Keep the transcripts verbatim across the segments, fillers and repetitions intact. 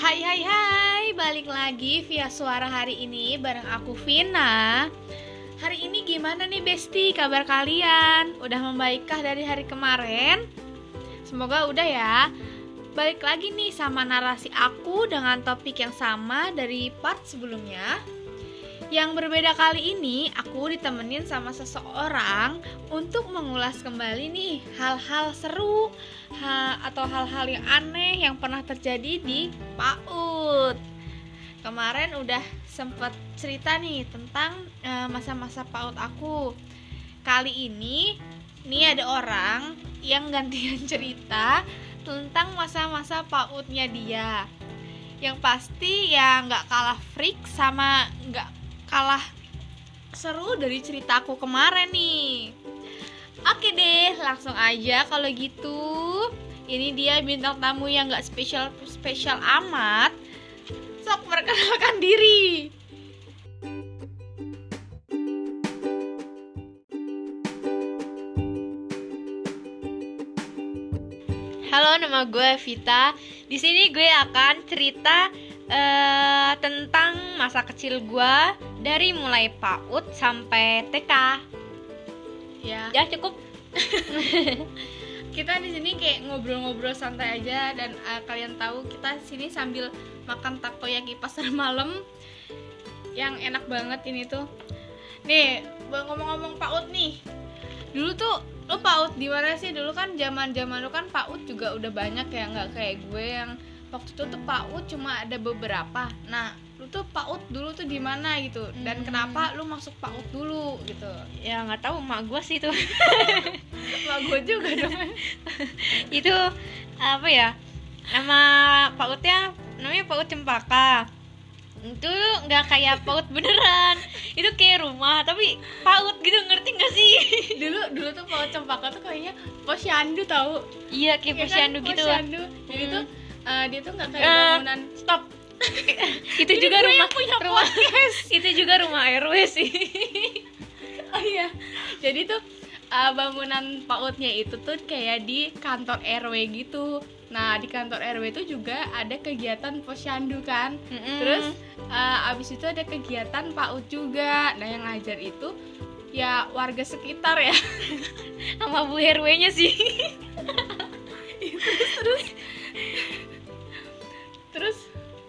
Hai hai hai, balik lagi via suara hari ini bareng aku Vina. Hari ini gimana nih Besti, kabar kalian? Udah membaikkah dari hari kemarin? Semoga udah ya. Balik lagi nih sama narasi aku dengan topik yang sama dari part sebelumnya. Yang berbeda kali ini, aku ditemenin sama seseorang untuk mengulas kembali nih hal-hal seru ha, atau hal-hal yang aneh yang pernah terjadi di PAUD. Kemarin udah sempet cerita nih tentang uh, masa-masa PAUD aku. Kali ini, nih ada orang yang gantian cerita tentang masa-masa PAUD-nya dia. Yang pasti ya nggak kalah freak sama nggak kalah seru dari ceritaku kemarin nih. Oke deh, langsung aja kalau gitu. Ini dia bintang tamu yang gak spesial spesial amat. Sok perkenalkan diri. Halo, nama gue Vita. Di sini gue akan cerita uh, tentang masa kecil gue dari mulai PAUD sampai T K. Ya, Ya cukup. kita di sini kayak ngobrol-ngobrol santai aja dan uh, kalian tahu kita di sini sambil makan takoyaki pasar malam yang enak banget ini tuh. Nih, ngomong-ngomong PAUD nih. Dulu tuh lo PAUD di mana sih? Dulu kan zaman-zaman lo kan PAUD juga udah banyak ya, nggak kayak gue yang waktu itu tuh PAUD cuma ada beberapa. Nah, lu tuh PAUD dulu tuh di mana gitu? Dan Hmm. kenapa lu masuk PAUD dulu gitu? Ya nggak tahu, emak gue sih itu. Wah, gue juga dong. Itu apa ya? Nama PAUD-nya namanya PAUD Cempaka. Itu nggak kayak PAUD beneran. Itu kayak rumah tapi PAUD gitu, ngerti nggak sih? Dulu dulu tuh PAUD Cempaka tuh kayaknya posyandu tahu. Iya, kayak Iya kan? posyandu gitu. Posyandu. Jadi Hmm. tuh uh, dia tuh nggak kayak Eh, bangunan. Stop. Itu Ini juga gue rumah yang punya rumah podcast. itu juga rumah R W sih. Oh iya. Jadi tuh uh, bangunan PAUD-nya itu tuh kayak di kantor R W gitu. Nah, di kantor R W itu juga ada kegiatan posyandu kan. Mm-mm. Terus uh, abis itu ada kegiatan PAUD juga. Nah, yang ngajar itu ya warga sekitar ya. sama Bu R W-nya sih. terus terus terus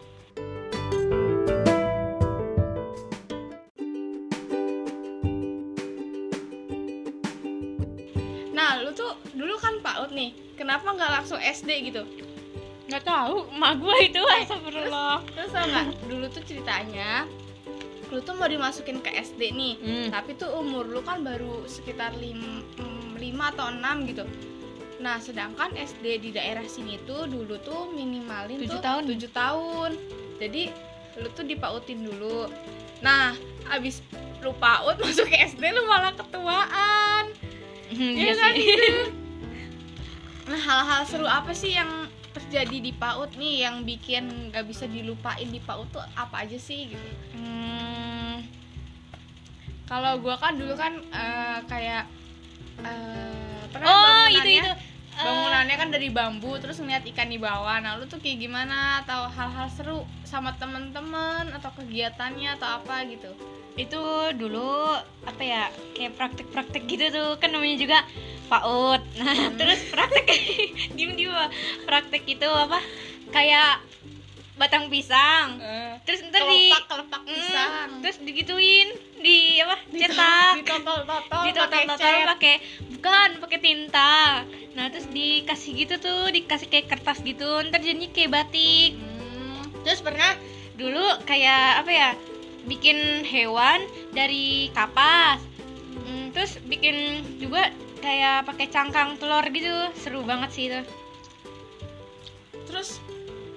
nah lu tuh dulu kan PAUD nih, kenapa nggak langsung S D gitu? Nggak tahu, emak gue itu astagfirullah. Terus tau nggak, dulu tuh ceritanya lu tuh mau dimasukin ke S D nih, Hmm. tapi tuh umur lu kan baru sekitar lima atau enam gitu. Nah, sedangkan S D di daerah sini tuh dulu tuh minimalin Tujuh tuh tahun. tujuh tahun. Jadi lu tuh dipautin dulu. Nah, abis lu PAUD masuk ke S D lu malah ketuaan. Iya Iya kan sih. gitu. Nah, hal-hal seru apa sih yang terjadi di PAUD nih yang bikin gak bisa dilupain di PAUD tuh apa aja sih gitu? Hmm, Kalau gua kan dulu kan eh, kayak eh, apa namanya, oh bangunannya- itu itu. Eh, bangunannya kan dari bambu, terus ngeliat ikan di bawah. Nah, lu tuh kayak gimana? Atau hal-hal seru sama temen-temen atau kegiatannya atau apa gitu? itu dulu apa ya, kayak praktek-praktek gitu tuh, kan namanya juga PAUD. Nah terus praktek diem diem praktek itu apa, kayak batang pisang, terus ntar di Kelepak kelepak Mm, pisang. terus digituin di apa, cetak, Ditotol-totol ditotol-totol pakai cat. pakai, bukan pakai tinta. Nah terus dikasih gitu tuh, dikasih kayak kertas gitu, ntar jadinya kayak batik. Hmm. Terus pernah dulu kayak apa ya, bikin hewan dari kapas. Hmm, terus bikin juga kayak pakai cangkang telur gitu, seru banget sih itu. Terus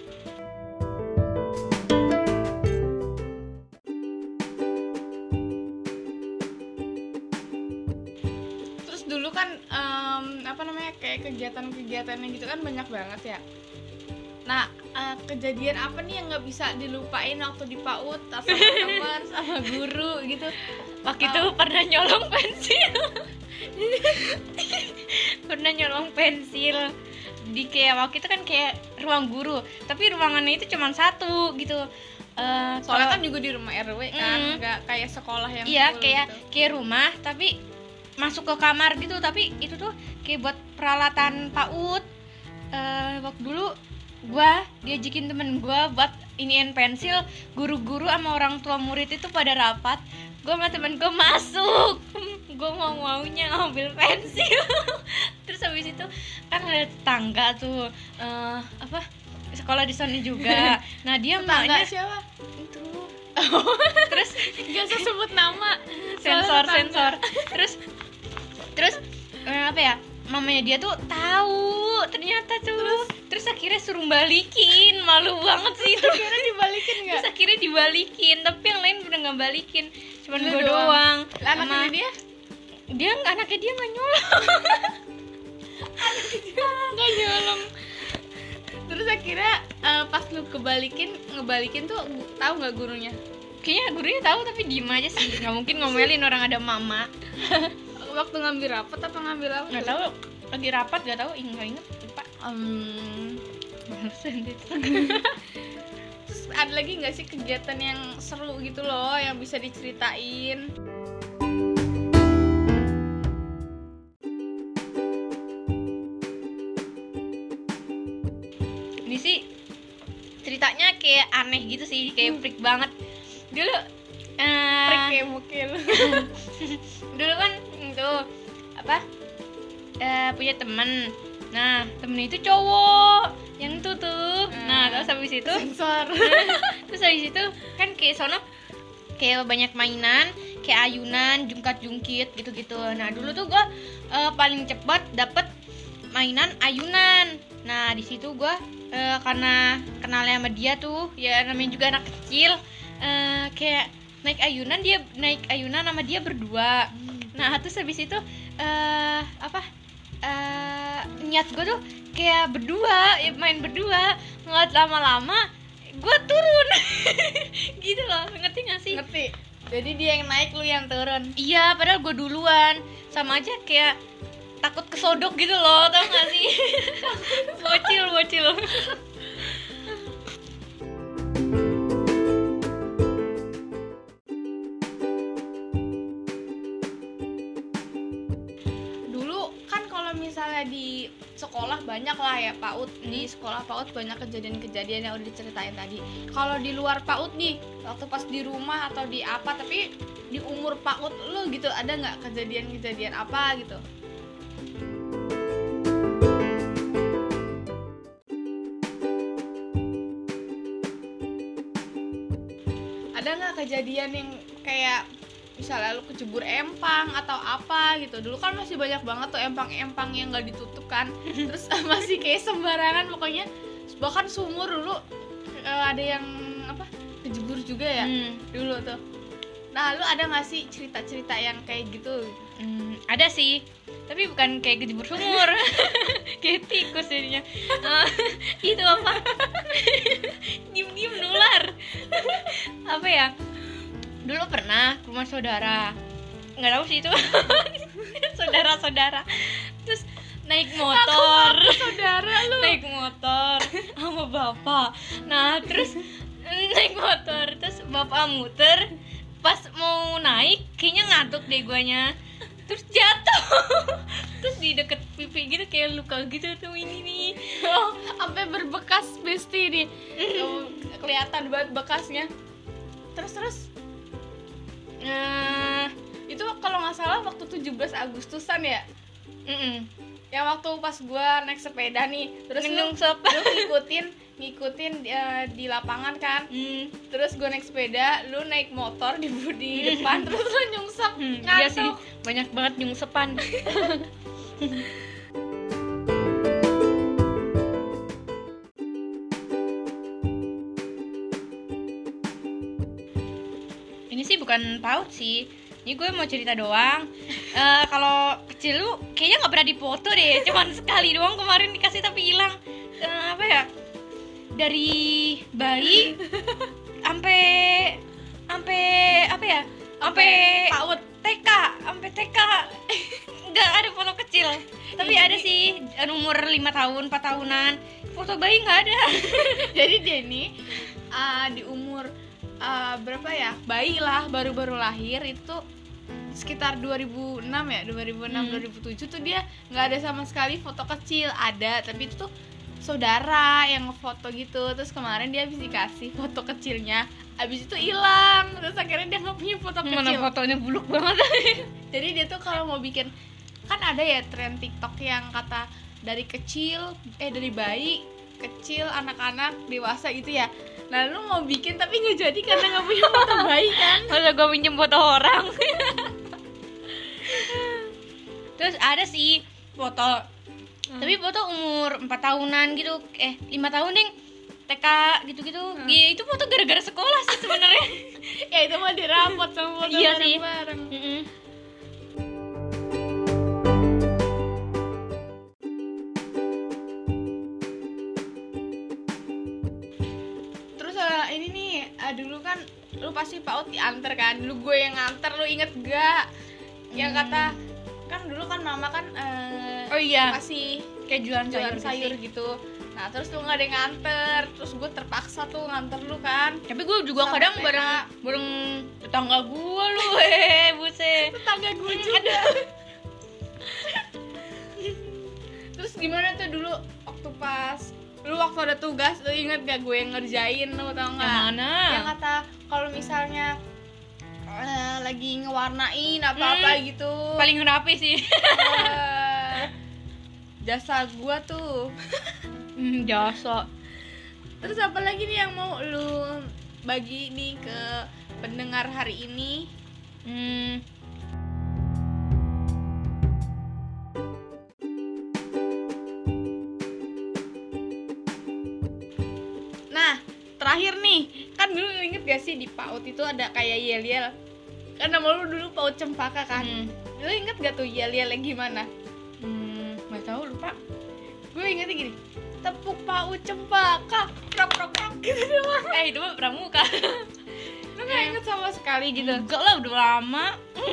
Terus dulu kan em, apa namanya, kayak kegiatan-kegiatannya gitu kan banyak banget ya. Nah, eh, kejadian apa nih yang nggak bisa dilupain waktu di PAUD sama teman sama guru gitu? Waktu itu pernah nyolong pensil. pernah nyolong pensil di kayak waktu itu kan kayak ruang guru, tapi ruangannya itu cuma satu gitu. Uh, soalnya kalau, kan juga di rumah R W kan, mm, nggak kayak sekolah yang iya full kayak gitu. kayak rumah tapi masuk ke kamar gitu, tapi itu tuh kayak buat peralatan PAUD. Uh, waktu dulu gua diajakin temen gua buat iniin pensil, guru-guru sama orang tua murid itu pada rapat, gua sama temen gua masuk, gua mau maunya ngambil pensil. Terus habis itu kan ada tetangga tuh, uh, apa sekolah di sana juga. Nah dia Tetangga maunya siapa? itu. Terus nggak usah sebut nama, sensor soalnya tetangga. sensor. Terus terus uh, apa ya? Mamanya dia tuh tahu ternyata tuh. Terus, terus akhirnya suruh balikin, malu banget sih itu. Akhirnya dibalikin nggak? Terus akhirnya dibalikin, tapi yang lain udah nggak balikin, cuman Lu gue doang. doang. Lah, anaknya Sama- dia dia anaknya dia nggak nyolong. nggak nyolong. Terus akhirnya eh, pas lu kebalikin ngebalikin tuh gu- tahu nggak gurunya? Kayaknya gurunya tahu tapi diem aja sih, nggak mungkin ngomelin orang ada mama. Waktu ngambil rapot apa ngambil apa? Nggak tuh? tahu lagi rapat, nggak tahu, ih nggak inget, lupa. Hmm, Malesan deh. terus ada lagi nggak sih kegiatan yang seru gitu loh yang bisa diceritain? Ini sih ceritanya kayak aneh gitu sih, kayak freak banget. Dulu eh, Trik kayak mukil. dulu kan itu apa eh, punya temen. Nah temennya itu cowok yang itu tuh. Nah terus habis itu Sensor. terus habis itu kan kayak sono kayak banyak mainan, kayak ayunan, jungkat-jungkit gitu-gitu. Nah dulu tuh gue eh, paling cepat dapet mainan ayunan. Nah di situ gue eh, karena kenalnya sama dia tuh, ya namanya juga anak kecil, eh, kayak naik ayunan, dia naik ayunan sama dia berdua. Nah terus habis itu eh, apa eh, niat gue tuh kayak berdua, ya main berdua, ngeliat lama-lama gue turun. Gitu loh, ngerti gak sih? Ngerti. Jadi dia yang naik, lu yang turun. Iya, padahal gue duluan. Sama aja kayak takut kesodok gitu loh, tau gak sih? Bocil, bocil. Dulu kan kalau misalnya di sekolah banyak lah ya PAUD, di sekolah PAUD banyak kejadian-kejadian yang udah diceritain tadi. Kalau di luar PAUD nih, waktu pas di rumah atau di apa, tapi di umur PAUD lu gitu, ada nggak kejadian-kejadian apa gitu? Ada nggak kejadian yang kayak misalnya lu kecebur empang atau apa gitu? Dulu kan masih banyak banget tuh empang-empang yang nggak ditutup kan, terus masih kayak sembarangan pokoknya. Bahkan sumur dulu eh, ada yang apa kejebur juga ya Hmm. dulu tuh. Nah lu ada nggak sih cerita-cerita yang kayak gitu? Hmm, ada sih, tapi bukan kayak kejebur sumur. Kayak tikus jadinya. Eh, itu apa? Diem-diem nular. Apa ya? Dulu pernah ke rumah saudara, nggak tahu sih itu. Saudara-saudara. Terus naik motor. Saudara lu. Naik motor sama bapak. Nah terus naik motor, terus bapak muter, pas mau naik kayaknya ngantuk deh guanya, terus jatuh. Terus di deket pipi gitu kayak luka gitu tuh ini nih. Oh, sampai berbekas besti nih. Tuh, kelihatan banget bekasnya. Terus terus Nah, itu kalau nggak salah waktu tujuh belas Agustusan ya. mm Yang waktu pas gua naik sepeda nih, terus lu, Nyungsep. lu ngikutin ngikutin eh, di lapangan kan. Hmm, Terus gua naik sepeda, lu naik motor di di depan, terus lu nyungsep. hmm, iya sih, Ngantuk. banyak banget nyungsepan. Ini sih bukan PAUD sih, ini gue mau cerita doang. Eh, kalau kecil lu kayaknya nggak pernah dipoto deh, cuman sekali doang kemarin dikasih tapi hilang. Eh, apa ya? Dari bayi sampai sampai apa ya? Sampai PAUD. T K, sampai T K. Nggak ada foto kecil. Tapi ada sih umur lima tahun, empat tahunan. foto bayi nggak ada. Jadi dia ini uh, di umur uh, berapa ya, bayi lah, baru-baru lahir itu sekitar dua ribu enam ya, dua ribu enam hmm. dua ribu tujuh tuh dia nggak ada sama sekali foto kecil. Ada, tapi itu tuh saudara yang ngefoto gitu. Terus kemarin dia habis dikasih foto kecilnya, habis itu hilang. Terus akhirnya dia nggak punya foto Mana kecil. fotonya buluk banget. Jadi dia tuh kalau mau bikin, kan ada ya tren TikTok yang kata dari kecil, eh dari bayi, kecil, anak-anak, dewasa gitu ya. Nah lu mau bikin tapi nggak jadi karena nggak punya foto bayi kan. Masa gue minjem foto orang. Terus ada sih foto, hmm. tapi foto umur empat tahunan gitu, eh lima tahun ding, T K gitu-gitu. Hmm. Ya, itu foto gara-gara sekolah sih sebenarnya. Ya itu mah dirapot sama foto iya bareng-bareng. Sih. Mm-mm. Terus uh, ini nih, uh, dulu kan lu pasti P A U D diantar kan. Dulu gue yang nganter, lu inget gak? Yang Hmm. kata kan dulu kan mama kan uh, oh iya kasih kayak jualan jualan sayur, sayur gitu. Nah terus lu nggak ada yang nganter, terus gue terpaksa tuh nganter lu kan. tapi gue juga Sampai kadang T K. bareng bareng tetangga gue lu. Eh buset, Tetangga gue juga. Terus gimana tuh dulu waktu pas lu waktu ada tugas, lu inget gak gue yang ngerjain, lu tau nggak? yang mana? Yang kata kalau misalnya uh, lagi ngewarnain apa-apa Hmm. gitu. Paling rapi sih. Uh, jasa gue tuh. Hmm, jasa. Terus apa lagi nih yang mau lu bagi nih ke pendengar hari ini? Hmm. Nah, terakhir nih, kan dulu lu inget gak sih di P A U D itu ada kayak yel-yel? Kan nama lu dulu P A U D Cempaka kan? Hmm. Lu inget gak tuh yel-yel yang gimana? Hmm, nggak tahu lupa. Gue ingetnya gini, tepuk P A U D Cempaka, prok-prok-prok gitu doang. Eh itu mah pramuka. Lu gak inget sama sekali gitu? Enggak lah, udah lama.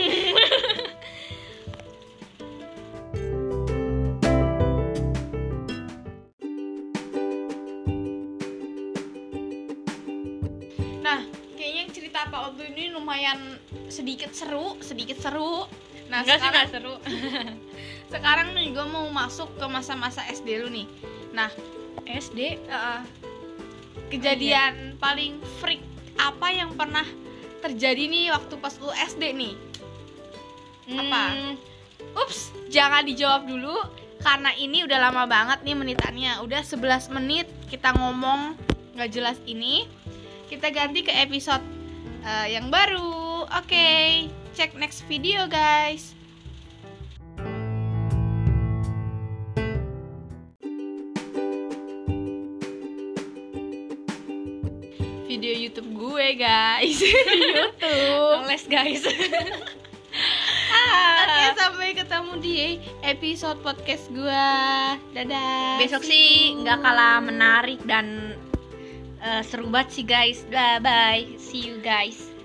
Nah, kayaknya cerita P A U D ini lumayan sedikit seru, sedikit seru. Nah, Enggak sih, sekarang, nggak seru. sekarang nih gue mau masuk ke masa-masa S D lu nih. Nah, S D. uh, kejadian paling freak apa yang pernah terjadi nih waktu pas lu S D nih? Apa? Hmm, Ups, jangan dijawab dulu karena ini udah lama banget nih menitannya. Udah sebelas menit kita ngomong gak jelas ini. Kita ganti ke episode uh, yang baru. Oke, okay, check next video guys. Video YouTube gue guys. YouTube. les guys. Oke, sampai ketemu di episode podcast gue. Dadah. Besok See sih you. nggak kalah menarik dan uh, seru banget sih guys. Bye bye. See you guys.